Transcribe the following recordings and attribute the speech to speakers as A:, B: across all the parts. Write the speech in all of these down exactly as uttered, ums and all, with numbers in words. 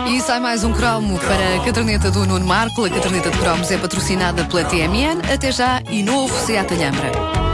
A: E sai mais um cromo para a caderneta do Nuno Marco. A caderneta de cromos é patrocinada pela T M N. Até já e novo Seat Alhambra.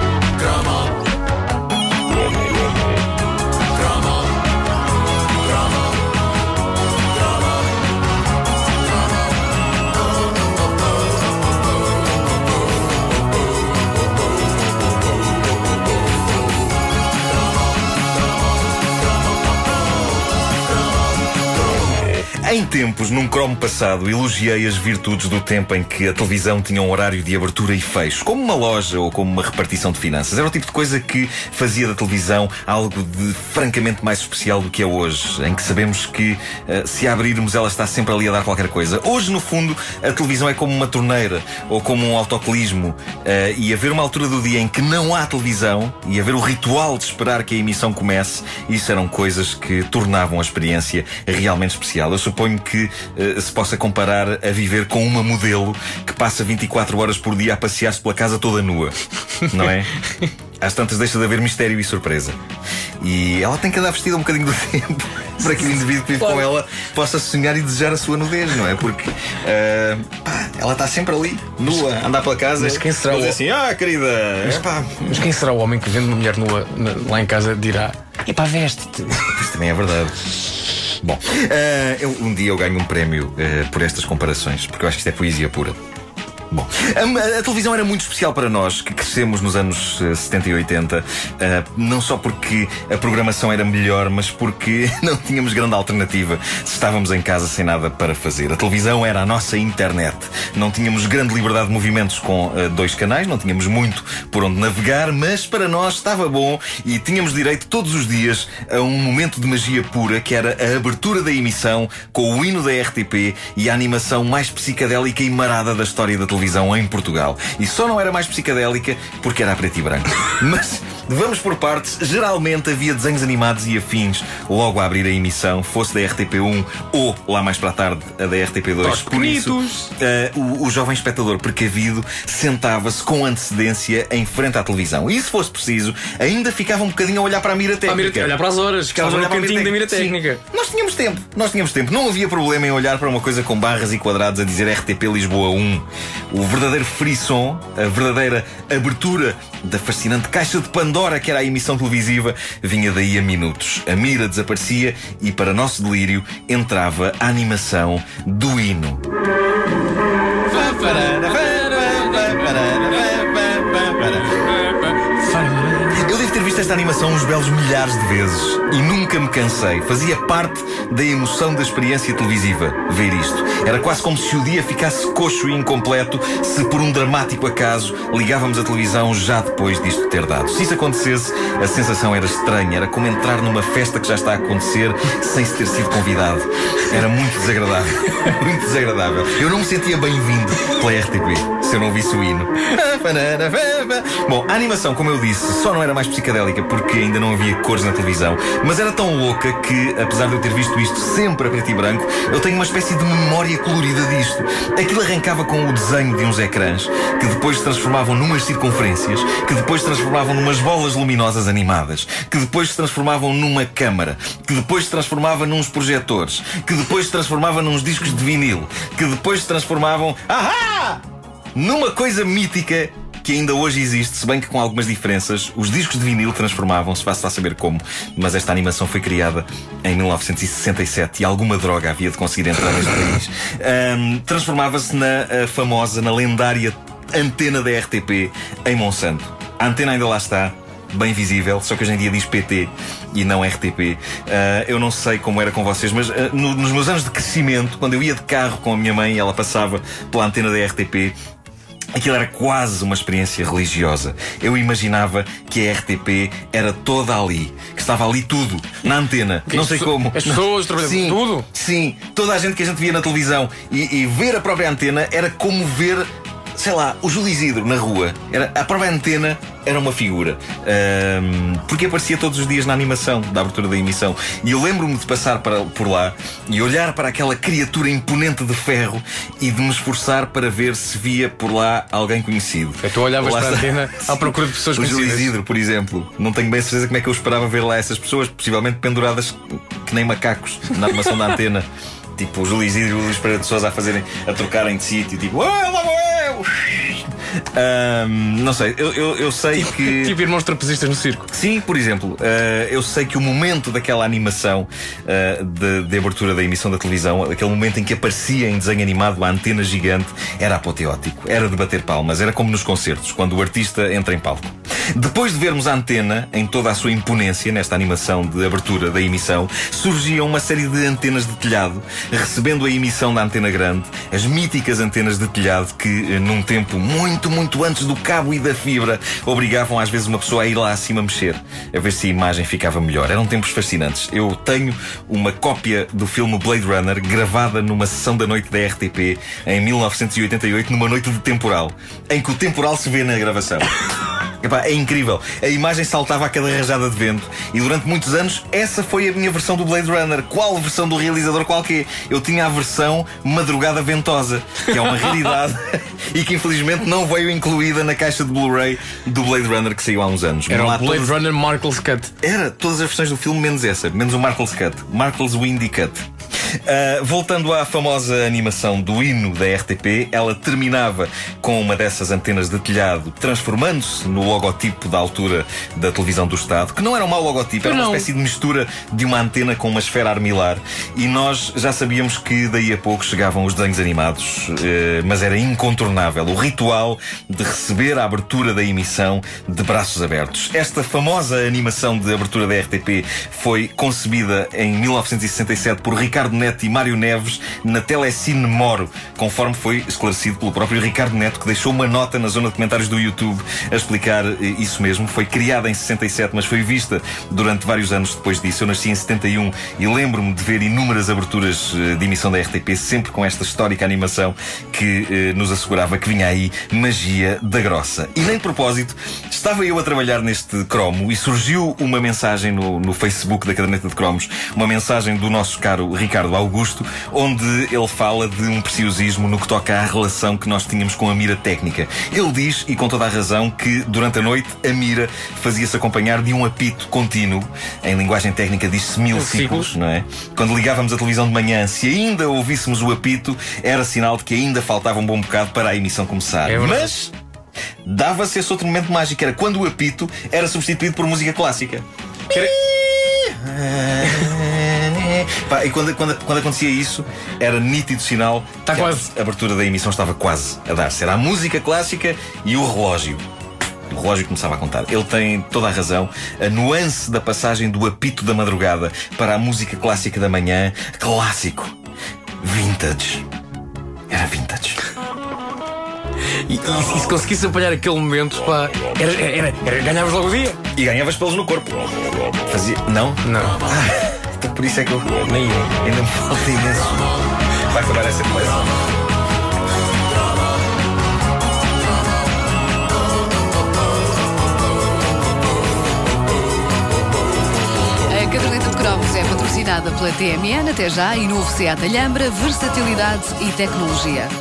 B: Em tempos, num cromo passado, elogiei as virtudes do tempo em que a televisão tinha um horário de abertura e fecho, como uma loja ou como uma repartição de finanças. Era o tipo de coisa que fazia da televisão algo de francamente mais especial do que é hoje, em que sabemos que uh, se a abrirmos ela está sempre ali a dar qualquer coisa. Hoje, no fundo, a televisão é como uma torneira ou como um autocolismo, uh, e haver uma altura do dia em que não há televisão e haver o ritual de esperar que a emissão comece, isso eram coisas que tornavam a experiência realmente especial. Eu suponho que uh, se possa comparar a viver com uma modelo que passa vinte e quatro horas por dia a passear-se pela casa toda nua, não é? Às tantas deixa de haver mistério e surpresa. E ela tem que andar vestida um bocadinho do tempo para que o indivíduo que vive com ela possa sonhar e desejar a sua nudez, não é? Porque uh, pá, ela está sempre ali, nua, a andar pela casa.
C: Mas quem será o...
B: assim, ah, querida,
C: mas,
B: epá.
C: mas quem será o homem que vendo uma mulher nua lá em casa dirá: epá, veste-te?
B: Isso também é verdade. Bom, uh, eu, um dia eu ganho um prémio uh, por estas comparações, porque eu acho que isto é poesia pura. Bom, a, a televisão era muito especial para nós que crescemos nos anos uh, setenta e oitenta, uh, não só porque a programação era melhor, mas porque não tínhamos grande alternativa se estávamos em casa sem nada para fazer. A televisão era a nossa internet. Não tínhamos grande liberdade de movimentos com uh, dois canais, não tínhamos muito por onde navegar, mas para nós estava bom e tínhamos direito todos os dias a um momento de magia pura, que era a abertura da emissão com o hino da R T P e a animação mais psicadélica e marada da história da televisão em Portugal. E só não era mais psicadélica porque era a preto e branco. Mas vamos por partes. Geralmente havia desenhos animados e afins logo a abrir a emissão, fosse da R T P um ou, lá mais para a tarde, a da R T P dois. Por isso, uh, o, o jovem espectador precavido sentava-se com antecedência em frente à televisão. E se fosse preciso, ainda ficava um bocadinho a olhar para a mira técnica.
C: A olhar para as horas, ficava no cantinho da mira técnica.
B: Sim. Nós tínhamos tempo, nós tínhamos tempo. Não havia problema em olhar para uma coisa com barras e quadrados a dizer R T P Lisboa um. O verdadeiro frisson, a verdadeira abertura da fascinante caixa de Pandora que era a emissão televisiva, vinha daí a minutos. A mira desaparecia e, para nosso delírio, entrava a animação do hino. Eu devo ter visto esta animação uns belos milhares de vezes e nunca me cansei. Fazia parte da emoção da experiência televisiva ver isto. Era quase como se o dia ficasse coxo e incompleto se por um dramático acaso ligávamos a televisão já depois disto ter dado. Se isso acontecesse, a sensação era estranha. Era como entrar numa festa que já está a acontecer sem se ter sido convidado. Era muito desagradável. Muito desagradável. Eu não me sentia bem-vindo pela R T P se eu não ouvisse o hino. Bom, a animação, como eu disse, só não era mais psicadélica porque ainda não havia cores na televisão, mas era tão louca que, apesar de eu ter visto isto sempre a preto e branco, eu tenho uma espécie de memória colorida disto. Aquilo arrancava com o desenho de uns ecrãs que depois se transformavam numas circunferências, que depois se transformavam numas bolas luminosas animadas, que depois se transformavam numa câmara, que depois se transformava nos projetores, que depois se transformava nos discos de vinil, que depois se transformavam... Ahá! Numa coisa mítica que ainda hoje existe, se bem que com algumas diferenças. Os discos de vinil transformavam-se, vá-se lá saber como, mas esta animação foi criada em mil novecentos e sessenta e sete e alguma droga havia de conseguir entrar neste país. Um, transformava-se na uh, famosa, na lendária antena da R T P em Monsanto. A antena ainda lá está, bem visível, só que hoje em dia diz P T e não R T P. Uh, eu não sei como era com vocês, mas uh, no, nos meus anos de crescimento, quando eu ia de carro com a minha mãe e ela passava pela antena da R T P, aquilo era quase uma experiência religiosa. Eu imaginava que a R T P era toda ali, que estava ali tudo, na antena.
C: Que
B: não sei como.
C: As pessoas trabalhando tudo?
B: Sim, toda a gente que a gente via na televisão. E, e ver a própria antena era como ver, sei lá, o Júlio Isidro na rua. Era, a própria antena era uma figura. Um, porque aparecia todos os dias na animação da abertura da emissão. E eu lembro-me de passar para, por lá e olhar para aquela criatura imponente de ferro e de me esforçar para ver se via por lá alguém conhecido.
C: Tu olhavas para a antena à procura de pessoas conhecidas.
B: O Júlio Isidro, por exemplo. Não tenho bem certeza como é que eu esperava ver lá essas pessoas, possivelmente penduradas que nem macacos na armação da antena. tipo o Júlio Isidro e o Luís Pereira de Sousa a fazerem, a trocarem de sítio, tipo, oh, lá vou eu! Um, não sei, eu, eu, eu sei
C: tipo,
B: que.
C: Tipo irmãos trapezistas no circo.
B: Sim, por exemplo, uh, eu sei que o momento daquela animação uh, de, de abertura da emissão da televisão, aquele momento em que aparecia em desenho animado a antena gigante, era apoteótico, era de bater palmas, era como nos concertos, quando o artista entra em palco. Depois de vermos a antena em toda a sua imponência nesta animação de abertura da emissão, surgiam uma série de antenas de telhado, recebendo a emissão da antena grande, as míticas antenas de telhado que, num tempo muito, muito antes do cabo e da fibra, obrigavam às vezes uma pessoa a ir lá acima mexer, a ver se a imagem ficava melhor. Eram tempos fascinantes. Eu tenho uma cópia do filme Blade Runner gravada numa sessão da noite da R T P em mil novecentos e oitenta e oito, numa noite de temporal, em que o temporal se vê na gravação. Epá, é incrível. A imagem saltava a cada rajada de vento e durante muitos anos essa foi a minha versão do Blade Runner. Qual versão do realizador qualquer? Eu tinha a versão Madrugada Ventosa, que é uma realidade e que infelizmente não veio incluída na caixa de Blu-ray do Blade Runner que saiu há uns anos.
C: Era o Blade
B: todos...
C: Runner Markle's Cut.
B: Era, todas as versões do filme menos essa, menos o Markle's Cut, Markle's Windy Cut. Uh, voltando à famosa animação do hino da R T P, ela terminava com uma dessas antenas de telhado transformando-se no logotipo da altura da televisão do Estado, que não era um mau logotipo, era uma espécie de mistura de uma antena com uma esfera armilar, e nós já sabíamos que daí a pouco chegavam os desenhos animados, uh, mas era incontornável o ritual de receber a abertura da emissão de braços abertos. Esta famosa animação de abertura da R T P foi concebida em mil novecentos e sessenta e sete por Ricardo Neto e Mário Neves na Telecine Moro, conforme foi esclarecido pelo próprio Ricardo Neto, que deixou uma nota na zona de comentários do YouTube a explicar isso mesmo. Foi criada em sessenta e sete, mas foi vista durante vários anos depois disso. Eu nasci em setenta e um e lembro-me de ver inúmeras aberturas de emissão da R T P, sempre com esta histórica animação que eh, nos assegurava que vinha aí magia da grossa. E nem de propósito, estava eu a trabalhar neste cromo e surgiu uma mensagem no, no Facebook da Caderneta de Cromos, uma mensagem do nosso caro Ricardo Augusto, onde ele fala de um preciosismo no que toca à relação que nós tínhamos com a mira técnica. Ele diz, e com toda a razão, que durante a noite a mira fazia-se acompanhar de um apito contínuo. Em linguagem técnica diz-se mil ciclos, não é? Quando ligávamos a televisão de manhã, se ainda ouvíssemos o apito, era sinal de que ainda faltava um bom bocado para a emissão começar.
C: É
B: Mas dava-se esse outro momento mágico, era quando o apito era substituído por música clássica. Que era... Pá, e quando, quando, quando acontecia isso, era nítido sinal
C: tá
B: que
C: quase.
B: a abertura da emissão estava quase a dar-se. Era a música clássica e o relógio. O relógio começava a contar. Ele tem toda a razão. A nuance da passagem do apito da madrugada para a música clássica da manhã. Clássico. Vintage. Era vintage.
C: E, e, e se conseguisse apanhar aquele momento, pá, era, era, era, ganhavas logo o dia.
B: E ganhavas pelos no corpo. Fazia... Não?
C: Não.
B: Ah, então por isso é que eu...
C: Nem eu.
B: Ainda me falta imenso. Vai acabar essa coisa.
A: A Caderneta de Cromos é patrocinada pela T M N, até já, e novo Seat Alhambra, versatilidade e tecnologia.